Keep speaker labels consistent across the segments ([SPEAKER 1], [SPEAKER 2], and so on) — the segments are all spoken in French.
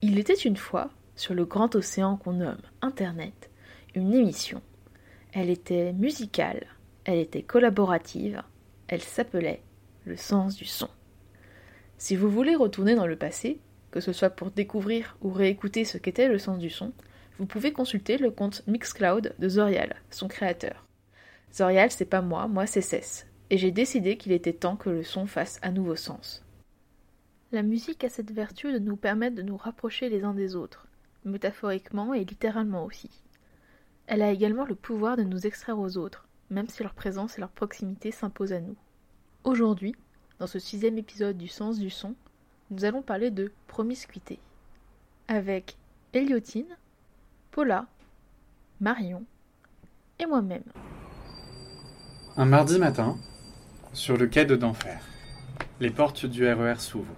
[SPEAKER 1] Il était une fois, sur le grand océan qu'on nomme Internet, une émission. Elle était musicale, elle était collaborative, elle s'appelait Le sens du son. Si vous voulez retourner dans le passé, que ce soit pour découvrir ou réécouter ce qu'était le sens du son, vous pouvez consulter le compte Mixcloud de Zorial, son créateur. Zorial, c'est pas moi c'est Cess, et j'ai décidé qu'il était temps que le son fasse à nouveau sens. La musique a cette vertu de nous permettre de nous rapprocher les uns des autres, métaphoriquement et littéralement aussi. Elle a également le pouvoir de nous extraire aux autres, même si leur présence et leur proximité s'imposent à nous. Aujourd'hui, dans ce 6e épisode du Sens du son, nous allons parler de promiscuité. Avec Eliotine, Paula, Marion et moi-même.
[SPEAKER 2] Un mardi matin, sur le quai de d'Enfer, les portes du RER s'ouvrent.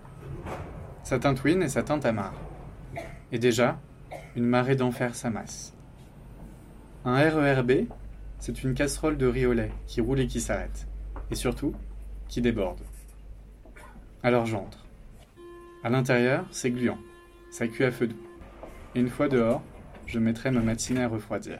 [SPEAKER 2] Ça tintouine et ça tintamarre. Et déjà, une marée d'enfer s'amasse. Un RERB, c'est une casserole de riz au lait qui roule et qui s'arrête. Et surtout, qui déborde. Alors j'entre. À l'intérieur, c'est gluant. Ça cuit à feu doux. Et une fois dehors, je mettrai ma matinée à refroidir.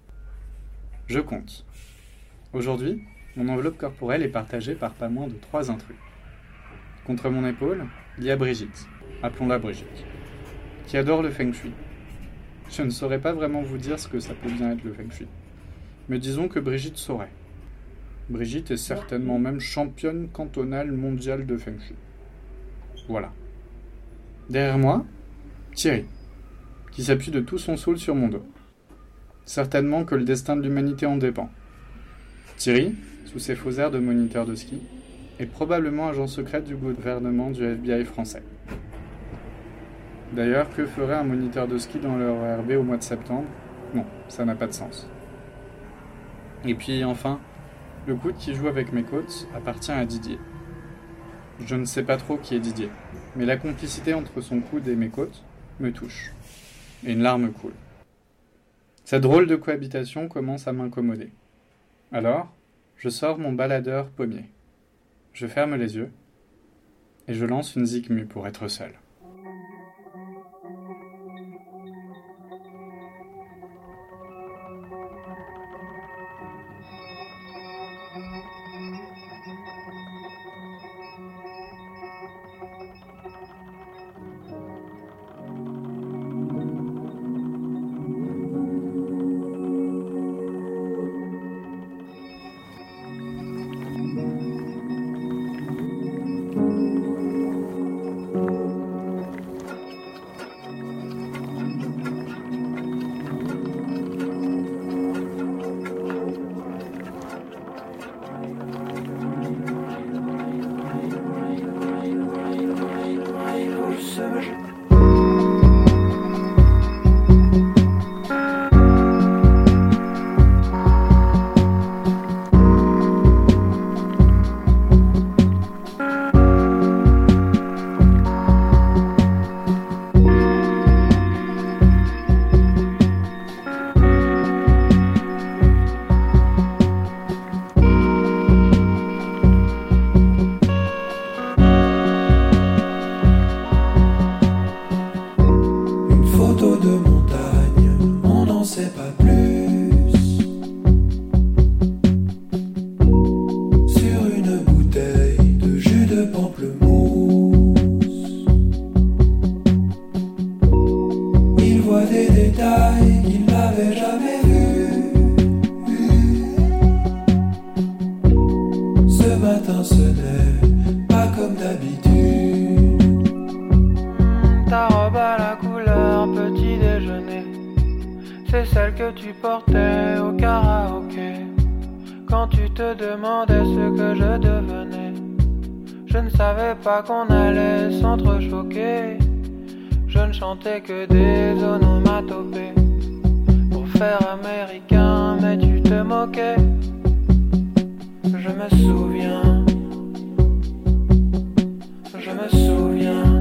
[SPEAKER 2] Je compte. Aujourd'hui, mon enveloppe corporelle est partagée par pas moins de 3 intrus. Contre mon épaule, il y a Brigitte, appelons-la Brigitte, qui adore le feng shui. Je ne saurais pas vraiment vous dire ce que ça peut bien être le feng shui, mais disons que Brigitte saurait. Brigitte est certainement même championne cantonale mondiale de feng shui. Voilà. Derrière moi, Thierry, qui s'appuie de tout son soul sur mon dos. Certainement que le destin de l'humanité en dépend. Thierry, sous ses faux airs de moniteur de ski, est probablement agent secret du gouvernement du FBI français. D'ailleurs, que ferait un moniteur de ski dans le RERB au mois de septembre ? Non, ça n'a pas de sens. Et puis enfin, le coude qui joue avec mes côtes appartient à Didier. Je ne sais pas trop qui est Didier, mais la complicité entre son coude et mes côtes me touche. Et une larme coule. Cette drôle de cohabitation commence à m'incommoder. Alors, je sors mon baladeur pommier. Je ferme les yeux et je lance une zikmu pour être seul.
[SPEAKER 3] Ta robe à la couleur petit déjeuner, c'est celle que tu portais au karaoké. Quand tu te demandais ce que je devenais, je ne savais pas qu'on allait s'entrechoquer. Je ne chantais que des onomatopées pour faire américain, mais tu te moquais. Je me souviens, je me souviens.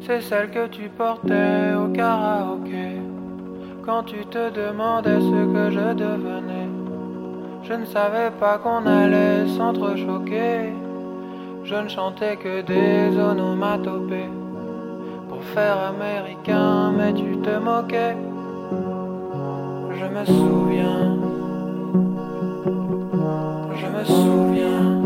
[SPEAKER 3] c'est celle que tu portais au karaoké. Quand tu te demandais ce que je devenais, je ne savais pas qu'on allait s'entrechoquer. Je ne chantais que des onomatopées pour faire américain, mais tu te moquais. Je me souviens, je me souviens.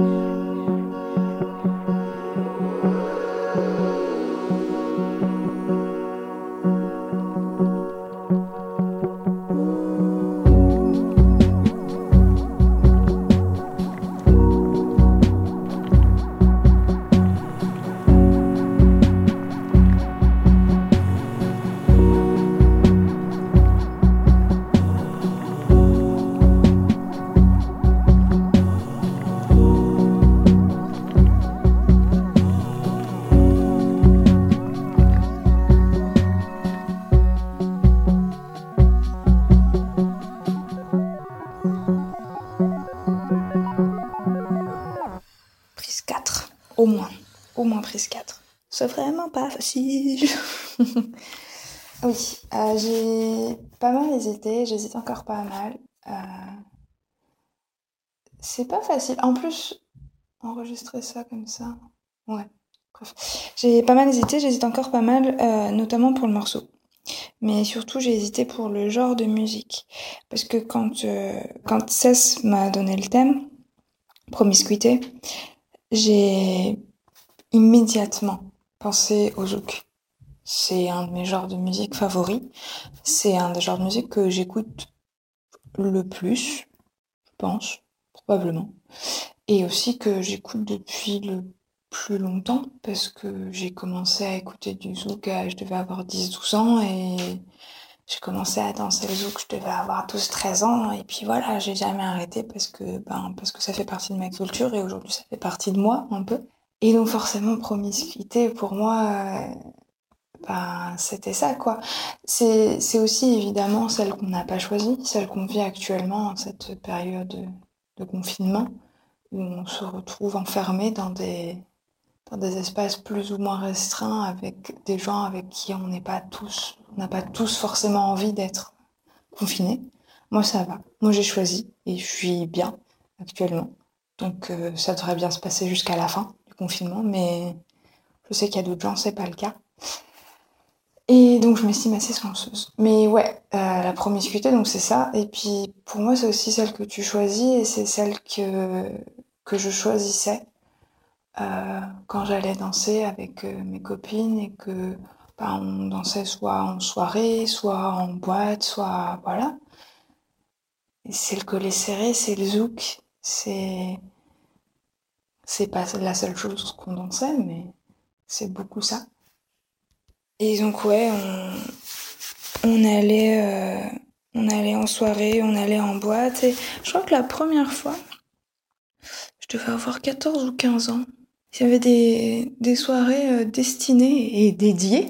[SPEAKER 4] Prise 4, au moins prise 4. C'est vraiment pas facile. Oui, j'ai pas mal hésité, j'hésite encore pas mal. C'est pas facile. En plus, enregistrer ça comme ça. Ouais, bref. J'ai pas mal hésité, j'hésite encore pas mal, notamment pour le morceau. Mais surtout, j'ai hésité pour le genre de musique. Parce que quand Cess m'a donné le thème, promiscuité, j'ai immédiatement pensé au zouk. C'est un de mes genres de musique favoris. C'est un des genres de musique que j'écoute le plus, je pense, probablement. Et aussi que j'écoute depuis le plus longtemps, parce que j'ai commencé à écouter du zouk, je devais avoir 10-12 ans, et j'ai commencé à danser le zouk, je devais avoir 12-13 ans, et puis voilà, j'ai jamais arrêté parce que ça fait partie de ma culture, et aujourd'hui ça fait partie de moi, un peu. Et donc forcément, promiscuité, pour moi, c'était ça, quoi. C'est aussi évidemment celle qu'on n'a pas choisie, celle qu'on vit actuellement en cette période de confinement, où on se retrouve enfermé dans des espaces plus ou moins restreints avec des gens avec qui on n'a pas tous forcément envie d'être confinés. Moi, ça va. Moi, j'ai choisi et je suis bien actuellement. Donc, ça devrait bien se passer jusqu'à la fin du confinement, mais je sais qu'il y a d'autres gens, c'est pas le cas. Et donc, je m'estime assez chanceuse. Mais ouais, la promiscuité, donc c'est ça. Et puis, pour moi, c'est aussi celle que tu choisis et c'est celle que je choisissais quand j'allais danser avec mes copines et que on dansait soit en soirée, soit en boîte, soit voilà. Et c'est le collet serré, c'est le zouk, c'est pas la seule chose qu'on dansait, mais c'est beaucoup ça. Et donc ouais, on allait en soirée, on allait en boîte et je crois que la première fois, je devais avoir 14 ou 15 ans. Il y avait des soirées destinées et dédiées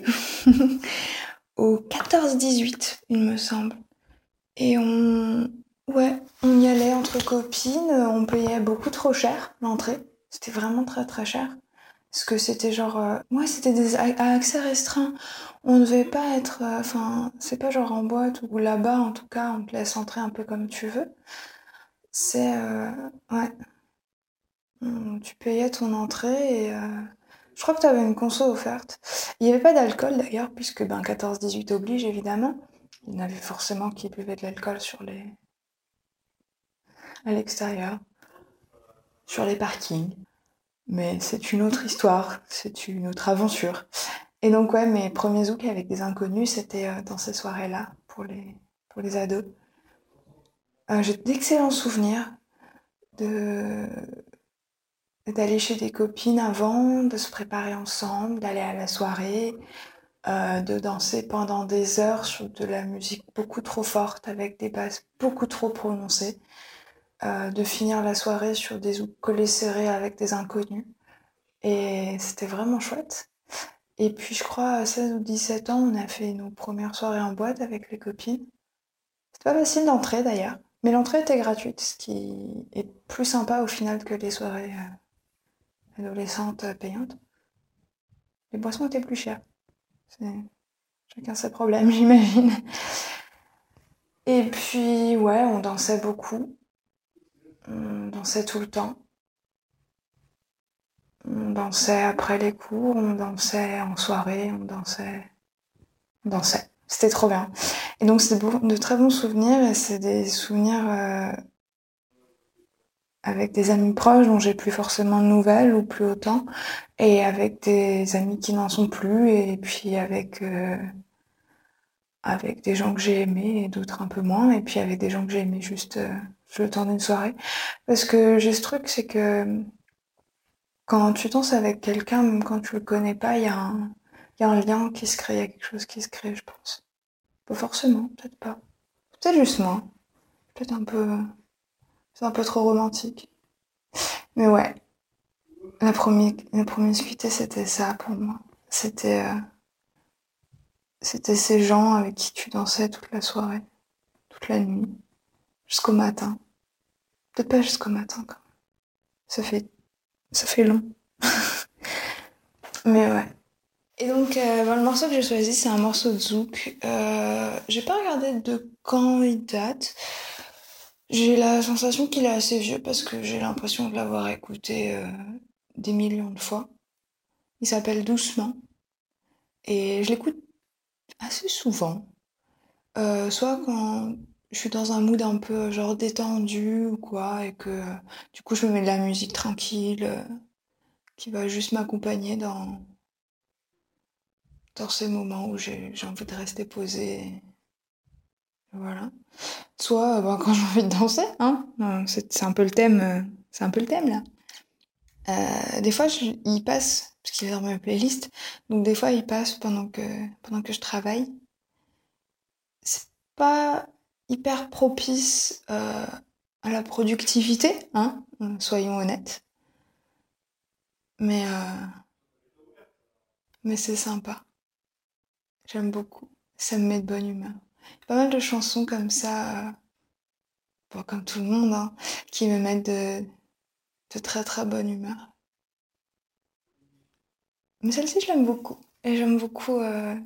[SPEAKER 4] aux 14-18, il me semble. Et on y allait entre copines, on payait beaucoup trop cher l'entrée. C'était vraiment très très cher. Parce que c'était genre... c'était à accès restreint. On ne devait pas être... c'est pas genre en boîte ou là-bas, en tout cas, on te laisse entrer un peu comme tu veux. C'est... ouais. Tu payais ton entrée et... je crois que tu avais une conso offerte. Il n'y avait pas d'alcool d'ailleurs, puisque 14-18 oblige évidemment. Il y en avait forcément qui buvaient de l'alcool à l'extérieur, sur les parkings. Mais c'est une autre histoire, c'est une autre aventure. Et donc ouais, mes premiers zouks avec des inconnus, c'était dans ces soirées-là, pour les ados. J'ai d'excellents souvenirs d'aller chez des copines avant, de se préparer ensemble, d'aller à la soirée, de danser pendant des heures sur de la musique beaucoup trop forte, avec des basses beaucoup trop prononcées, de finir la soirée sur des zouks collés serrés avec des inconnus. Et c'était vraiment chouette. Et puis je crois à 16 ou 17 ans, on a fait nos premières soirées en boîte avec les copines. C'était pas facile d'entrer d'ailleurs, mais l'entrée était gratuite, ce qui est plus sympa au final que les soirées adolescentes payantes. Les boissons étaient plus chères. Chacun ses problèmes, j'imagine. Et puis, ouais, on dansait beaucoup. On dansait tout le temps. On dansait après les cours, on dansait en soirée, on dansait. C'était trop bien. Et donc, c'est de très bons souvenirs, et c'est des souvenirs avec des amis proches dont j'ai plus forcément de nouvelles, ou plus autant, et avec des amis qui n'en sont plus, et puis avec des gens que j'ai aimés et d'autres un peu moins, et puis avec des gens que j'ai aimés juste le temps d'une soirée. Parce que j'ai ce truc, c'est que quand tu danses avec quelqu'un, même quand tu le connais pas, il y a un lien qui se crée, il y a quelque chose qui se crée, je pense. Pas forcément, peut-être pas. Peut-être juste moi. Peut-être c'est un peu trop romantique. Mais ouais, la promiscuité, c'était ça pour moi. C'était ces gens avec qui tu dansais toute la soirée, toute la nuit, jusqu'au matin. Peut-être pas jusqu'au matin, quand même. Ça fait long. Mais ouais. Et donc, le morceau que j'ai choisi, c'est un morceau de zouk. J'ai pas regardé de quand il date. J'ai la sensation qu'il est assez vieux parce que j'ai l'impression de l'avoir écouté des millions de fois. Il s'appelle Doucement. Et je l'écoute assez souvent. Soit quand je suis dans un mood un peu genre détendu ou quoi, et que du coup je me mets de la musique tranquille qui va juste m'accompagner dans ces moments où j'ai envie de rester posée. Voilà. Soit quand j'ai envie de danser, hein. C'est un peu le thème. C'est un peu le thème là. Des fois il passe parce qu'il est dans ma playlist. Donc des fois il passe pendant que je travaille. C'est pas hyper propice à la productivité, hein. Soyons honnêtes. Mais c'est sympa. J'aime beaucoup. Ça me met de bonne humeur. Il y a pas mal de chansons comme ça, comme tout le monde, hein, qui me mettent de très très bonne humeur. Mais celle-ci, je l'aime beaucoup. Et j'aime beaucoup...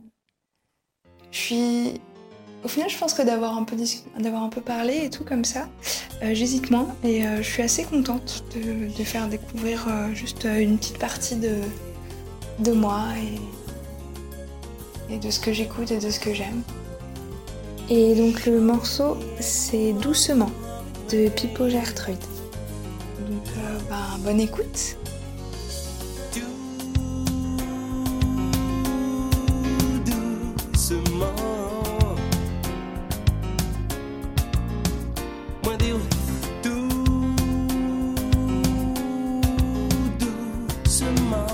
[SPEAKER 4] Au final, je pense que d'avoir un peu parlé et tout comme ça, j'hésite moins. Et je suis assez contente de faire découvrir juste une petite partie de moi et de ce que j'écoute et de ce que j'aime. Et donc le morceau, c'est Doucement, de Pippo Gertrude. Donc bonne écoute.
[SPEAKER 5] Doucement, moi dire doucement,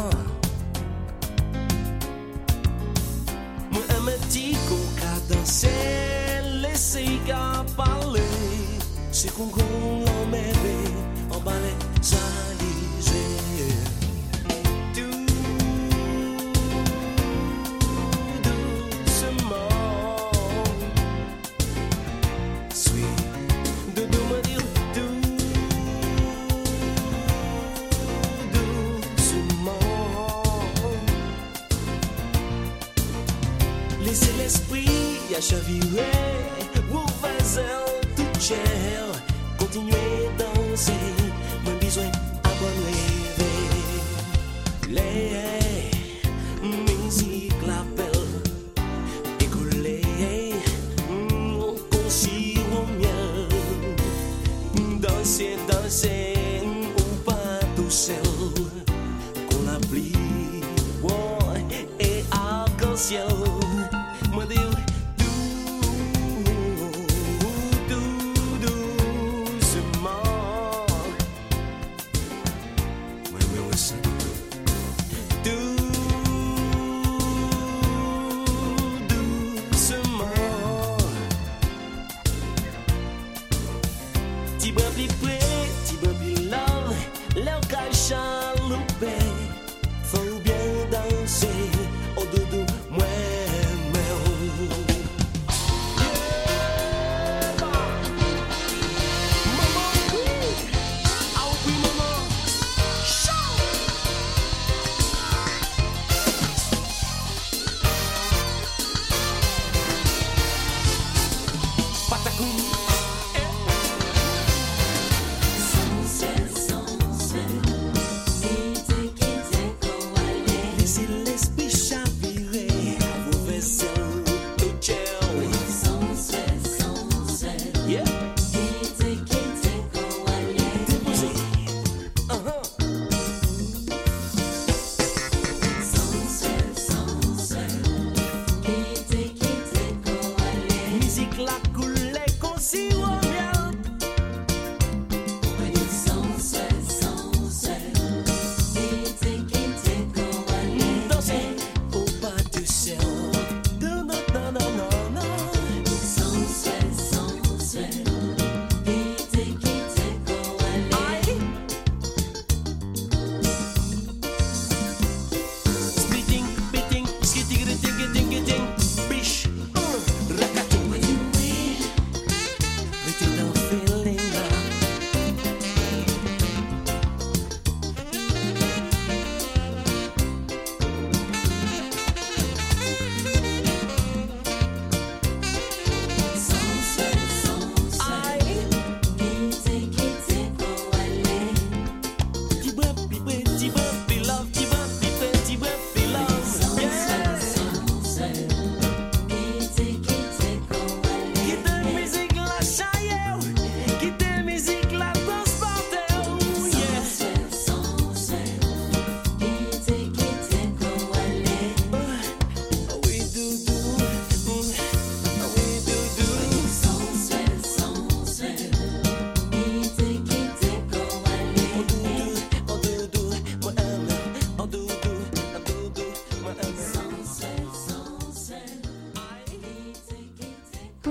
[SPEAKER 5] moi aime petit qu'on danser, laisser qu'à parler, c'est qu'on l'emmène en balai salisé. Laissez l'esprit à chavirer, vous faites toute chair, continuez danser, moins besoin à bon rêver. Les musiques l'appellent, écoulez, concis au miel, danser, ou pas tout seul, qu'on applique, et arc-en-ciel. Faut bien danser, oh doudou, moi.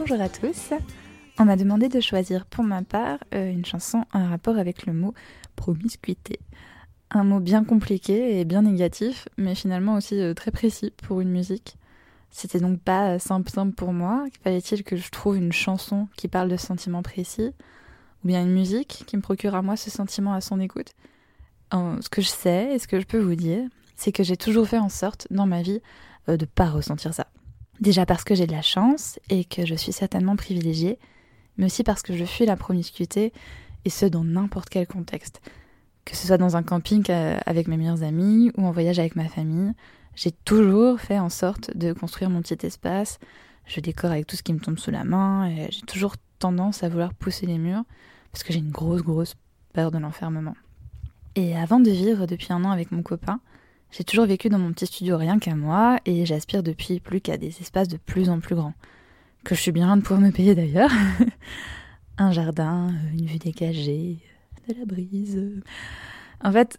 [SPEAKER 6] Bonjour à tous. On m'a demandé de choisir pour ma part une chanson en rapport avec le mot promiscuité. Un mot bien compliqué et bien négatif, mais finalement aussi très précis pour une musique. C'était donc pas simple pour moi. Fallait-il que je trouve une chanson qui parle de sentiments précis, ou bien une musique qui me procure à moi ce sentiment à son écoute? Ce que je sais et ce que je peux vous dire, c'est que j'ai toujours fait en sorte dans ma vie de pas ressentir ça. Déjà parce que j'ai de la chance et que je suis certainement privilégiée, mais aussi parce que je fuis la promiscuité, et ce dans n'importe quel contexte. Que ce soit dans un camping avec mes meilleurs amis ou en voyage avec ma famille, j'ai toujours fait en sorte de construire mon petit espace. Je décore avec tout ce qui me tombe sous la main et j'ai toujours tendance à vouloir pousser les murs parce que j'ai une grosse peur de l'enfermement. Et avant de vivre depuis 1 an avec mon copain, j'ai toujours vécu dans mon petit studio rien qu'à moi et j'aspire depuis plus qu'à des espaces de plus en plus grands. Que je suis bien loin de pouvoir me payer d'ailleurs. Un jardin, une vue dégagée, de la brise. En fait,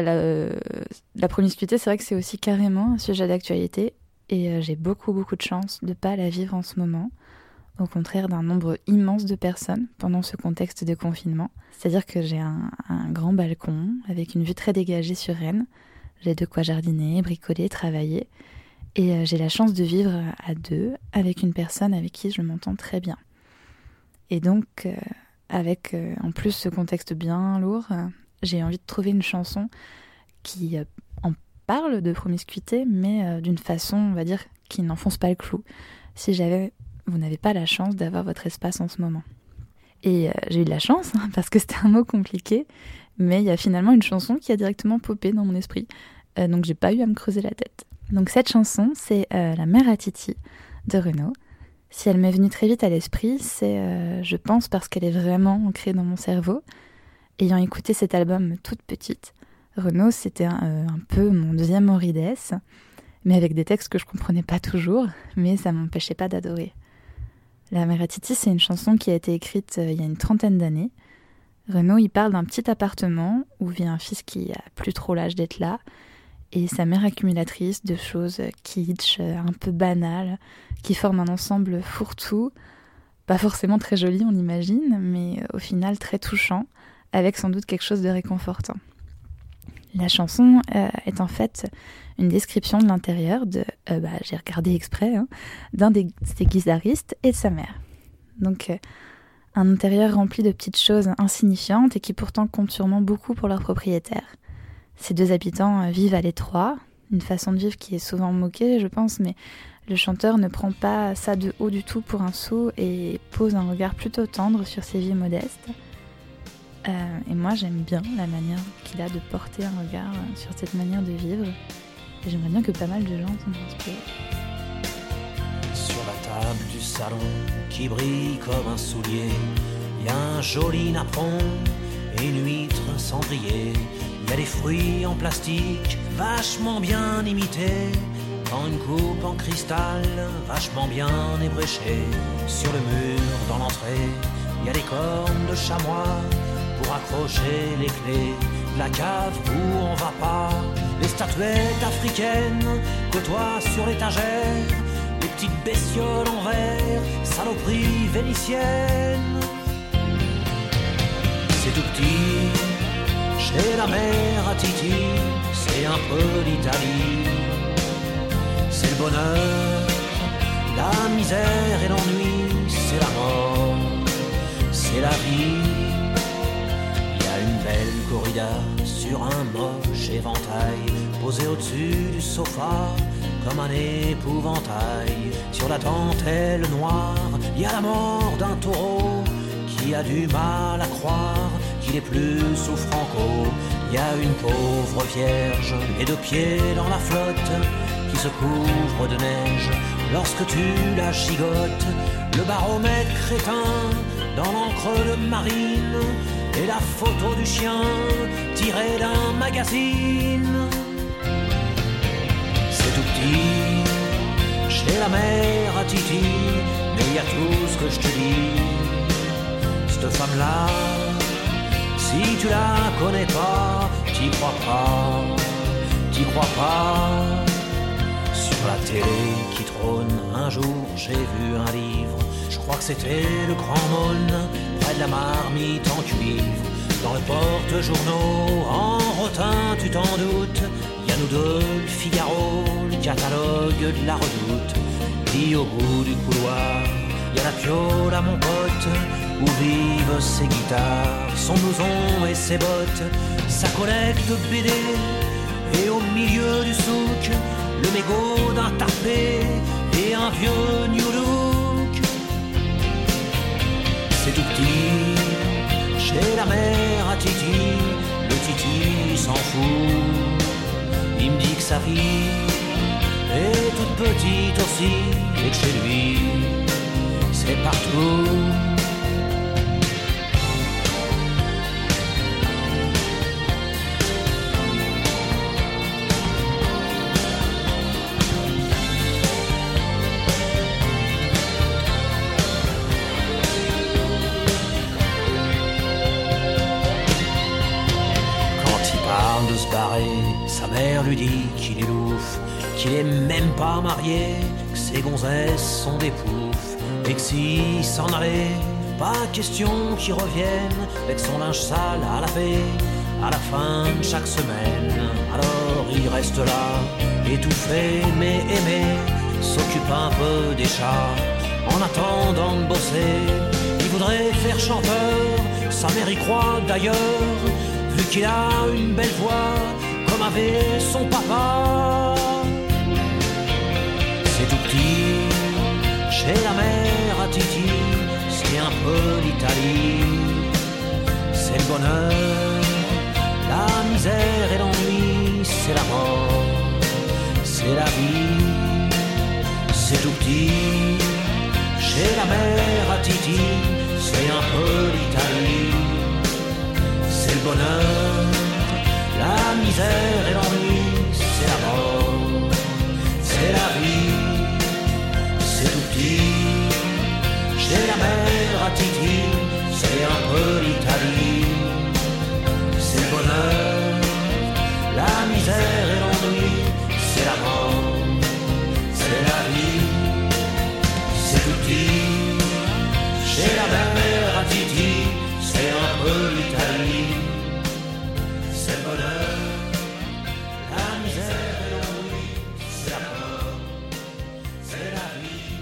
[SPEAKER 6] la promiscuité, c'est vrai que c'est aussi carrément un sujet d'actualité et j'ai beaucoup de chance de ne pas la vivre en ce moment, au contraire d'un nombre immense de personnes pendant ce contexte de confinement. C'est-à-dire que j'ai un grand balcon avec une vue très dégagée sur Rennes, j'ai de quoi jardiner, bricoler, travailler et j'ai la chance de vivre à 2 avec une personne avec qui je m'entends très bien. Et donc, avec en plus ce contexte bien lourd, j'ai envie de trouver une chanson qui en parle de promiscuité, mais d'une façon, on va dire, qui n'enfonce pas le clou, si jamais vous n'avez pas la chance d'avoir votre espace en ce moment. Et j'ai eu de la chance, parce que c'était un mot compliqué, mais il y a finalement une chanson qui a directement popé dans mon esprit, donc j'ai pas eu à me creuser la tête. Donc cette chanson, c'est La Mère à Titi de Renaud. Si elle m'est venue très vite à l'esprit, c'est, je pense, parce qu'elle est vraiment ancrée dans mon cerveau. Ayant écouté cet album toute petite, Renaud, c'était un peu mon deuxième Henri Dess, mais avec des textes que je comprenais pas toujours, mais ça m'empêchait pas d'adorer. La Mère à Titi, c'est une chanson qui a été écrite il y a une 30aine d'années. Renaud, il parle d'un petit appartement où vit un fils qui a plus trop l'âge d'être là, et sa mère accumulatrice de choses kitsch, un peu banales, qui forment un ensemble fourre-tout, pas forcément très joli on imagine, mais au final très touchant, avec sans doute quelque chose de réconfortant. La chanson est en fait une description de l'intérieur de, j'ai regardé exprès, d'un des guitaristes et de sa mère. Donc un intérieur rempli de petites choses insignifiantes et qui pourtant comptent sûrement beaucoup pour leurs propriétaires. Ces 2 habitants vivent à l'étroit, une façon de vivre qui est souvent moquée, je pense, mais le chanteur ne prend pas ça de haut du tout pour un sou et pose un regard plutôt tendre sur ces vies modestes. Et moi, j'aime bien la manière qu'il a de porter un regard sur cette manière de vivre. Et j'aimerais bien que pas mal de gens s'en inspirent.
[SPEAKER 5] Sur la table du salon qui brille comme un soulier, il y a un joli napperon et une huître cendrier. Il y a des fruits en plastique vachement bien imités, dans une coupe en cristal vachement bien ébréchée. Sur le mur dans l'entrée, il y a des cornes de chamois pour accrocher les clés de la cave où on va pas. Les statuettes africaines côtoient sur l'étagère des petites bestioles en verre, saloperies vénitiennes. C'est tout petit, chez la mère à Titi, c'est un peu l'Italie. C'est le bonheur, la misère et l'ennui, c'est la mort, c'est la vie. Il y a une belle corrida sur un moche éventail, posé au-dessus du sofa comme un épouvantail. Sur la dentelle noire, il y a la mort d'un taureau qui a du mal à croire qu'il est plus sous Franco. Il y a une pauvre vierge et 2 pieds dans la flotte qui se couvre de neige lorsque tu la gigotes. Le baromètre éteint dans l'encre de marine et la photo du chien tirée d'un magazine. C'est tout petit, chez la mère à Titi, mais il y a tout ce que je te dis. Cette femme-là, si tu la connais pas, t'y crois pas, t'y crois pas. Sur la télé qui trône, un jour j'ai vu un livre Je crois que c'était le Grand Mône, près de la marmite en cuivre. Dans le porte-journaux, en rotin, tu t'en doutes. Y'a nous deux, le Figaro, le catalogue de la Redoute. Puis au bout du couloir, y'a la piole à mon pote, où vivent ses guitares, son blouson et ses bottes, sa collecte de BD. Et au milieu du souk, le mégot d'un tarpé et un vieux New Look. C'est tout petit, chez la mère à Titi, le Titi s'en fout. Il me dit que sa fille est toute petite aussi, et que chez lui, c'est partout. De se barrer, sa mère lui dit qu'il est louf, qu'il est même pas marié, que ses gonzesses sont des poufs, et que s'il s'en allait, pas question qu'il revienne avec son linge sale à laver à la fin de chaque semaine. Alors il reste là, étouffé mais aimé, s'occupe un peu des chats en attendant de bosser. Il voudrait faire chanteur, sa mère y croit d'ailleurs, vu qu'il a une belle voix, comme avait son papa. C'est tout petit, chez la mère à Titi, c'est un peu l'Italie. C'est le bonheur, la misère et l'ennui, c'est la mort, c'est la vie. C'est tout petit, chez la mère à Titi, c'est un peu l'Italie. C'est le bonheur, la misère et l'ennui, c'est la mort, c'est la vie. C'est tout petit, chez la mère à Titi, c'est un peu l'Italie. C'est le bonheur, la misère et l'ennui, c'est la mort, c'est la vie. C'est tout petit, chez la mère à Titi, c'est un peu l'Italie. C'est le bonheur, la misère et l'ennui, c'est la mort, c'est la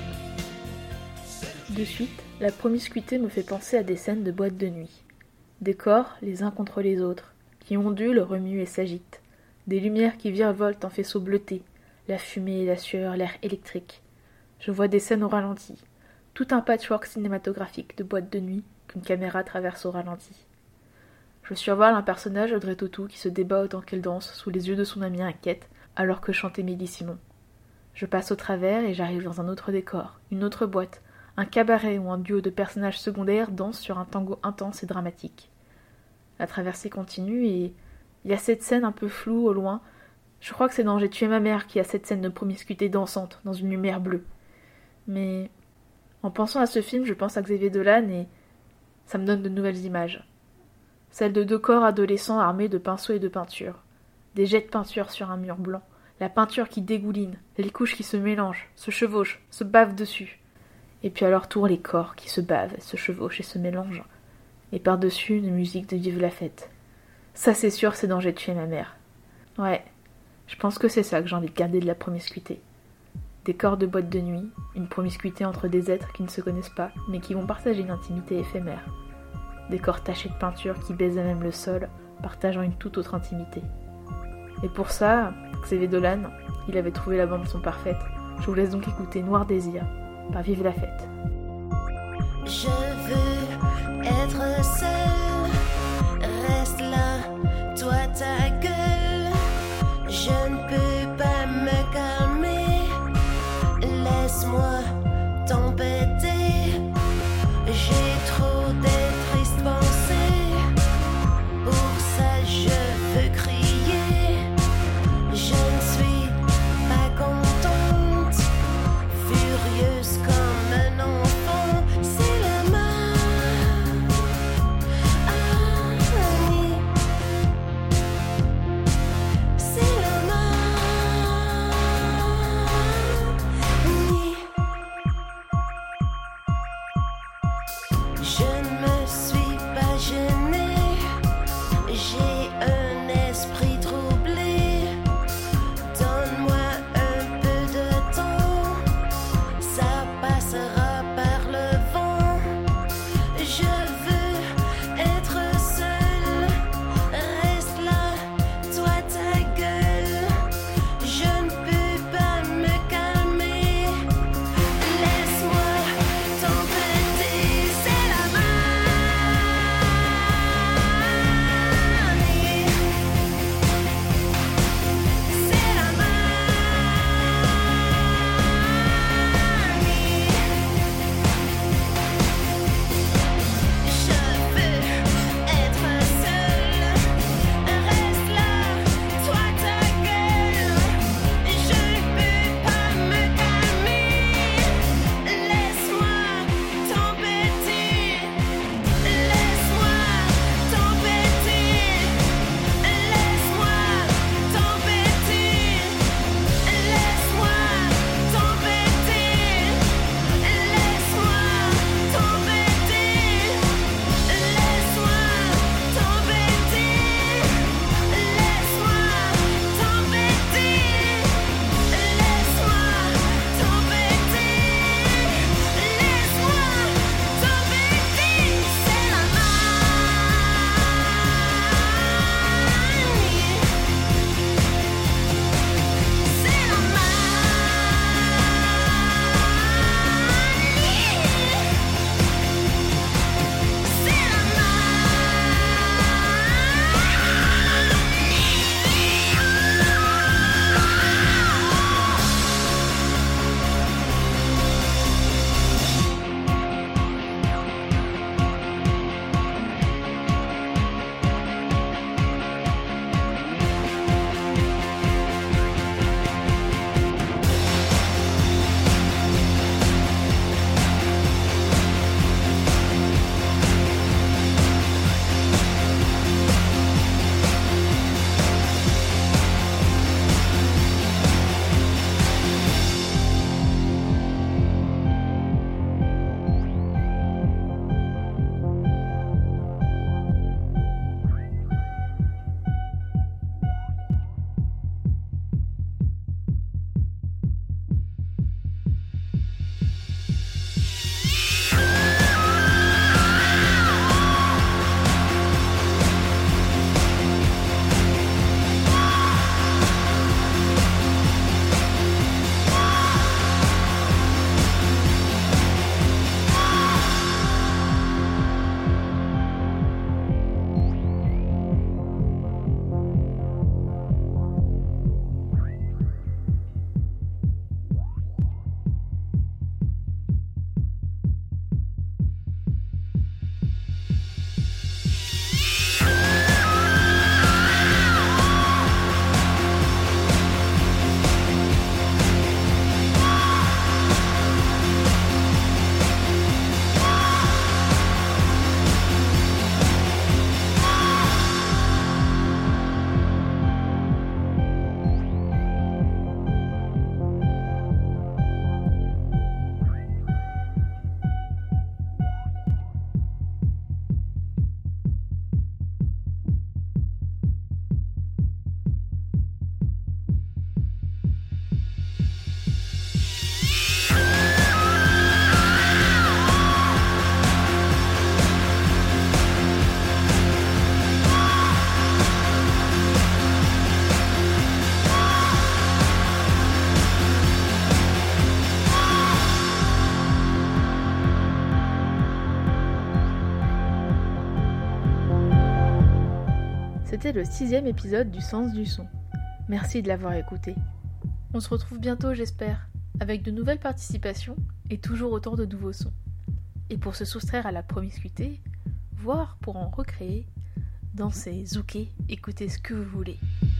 [SPEAKER 5] vie.
[SPEAKER 1] De suite, la promiscuité me fait penser à des scènes de boîte de nuit. Des corps, les uns contre les autres, qui ondulent, remuent et s'agitent. Des lumières qui virevoltent en faisceaux bleutés, la fumée, la sueur, l'air électrique. Je vois des scènes au ralenti, tout un patchwork cinématographique de boîte de nuit qu'une caméra traverse au ralenti. Je survole un personnage Audrey Tautou qui se débat autant qu'elle danse sous les yeux de son amie inquiète alors que chante Émilie Simon. Je passe au travers et j'arrive dans un autre décor, une autre boîte, un cabaret où un duo de personnages secondaires danse sur un tango intense et dramatique. La traversée continue et il y a cette scène un peu floue au loin. Je crois que c'est dans J'ai tué ma mère qu'il y a cette scène de promiscuité dansante dans une lumière bleue. Mais en pensant à ce film, je pense à Xavier Dolan et ça me donne de nouvelles images. Celles de deux corps adolescents armés de pinceaux et de peinture. Des jets de peinture sur un mur blanc. La peinture qui dégouline, les couches qui se mélangent, se chevauchent, se bavent dessus. Et puis à leur tour les corps qui se bavent, se chevauchent et se mélangent. Et par-dessus, une musique de Vive la fête. Ça c'est sûr, c'est dans J'ai tué ma mère. Ouais, je pense que c'est ça que j'ai envie de garder de la promiscuité. Des corps de boîte de nuit, une promiscuité entre des êtres qui ne se connaissent pas, mais qui vont partager une intimité éphémère. Des corps tachés de peinture qui baisent à même le sol, partageant une toute autre intimité. Et pour ça, Xavier Dolan, il avait trouvé la bande-son parfaite. Je vous laisse donc écouter Noir Désir, par Vive la fête.
[SPEAKER 7] Je veux être seule, reste là, toi ta gueule. Je ne peux pas me calmer, laisse-moi t'embêter. J'ai trop de tristes pensées, pour ça je veux crier. Je ne suis pas contente, furieuse comme un enfant. C'est la mort.
[SPEAKER 1] C'était le 6e épisode du Sens du son. Merci de l'avoir écouté. On se retrouve bientôt, j'espère, avec de nouvelles participations et toujours autant de nouveaux sons. Et pour se soustraire à la promiscuité, voire pour en recréer, danser, zouker, écoutez ce que vous voulez.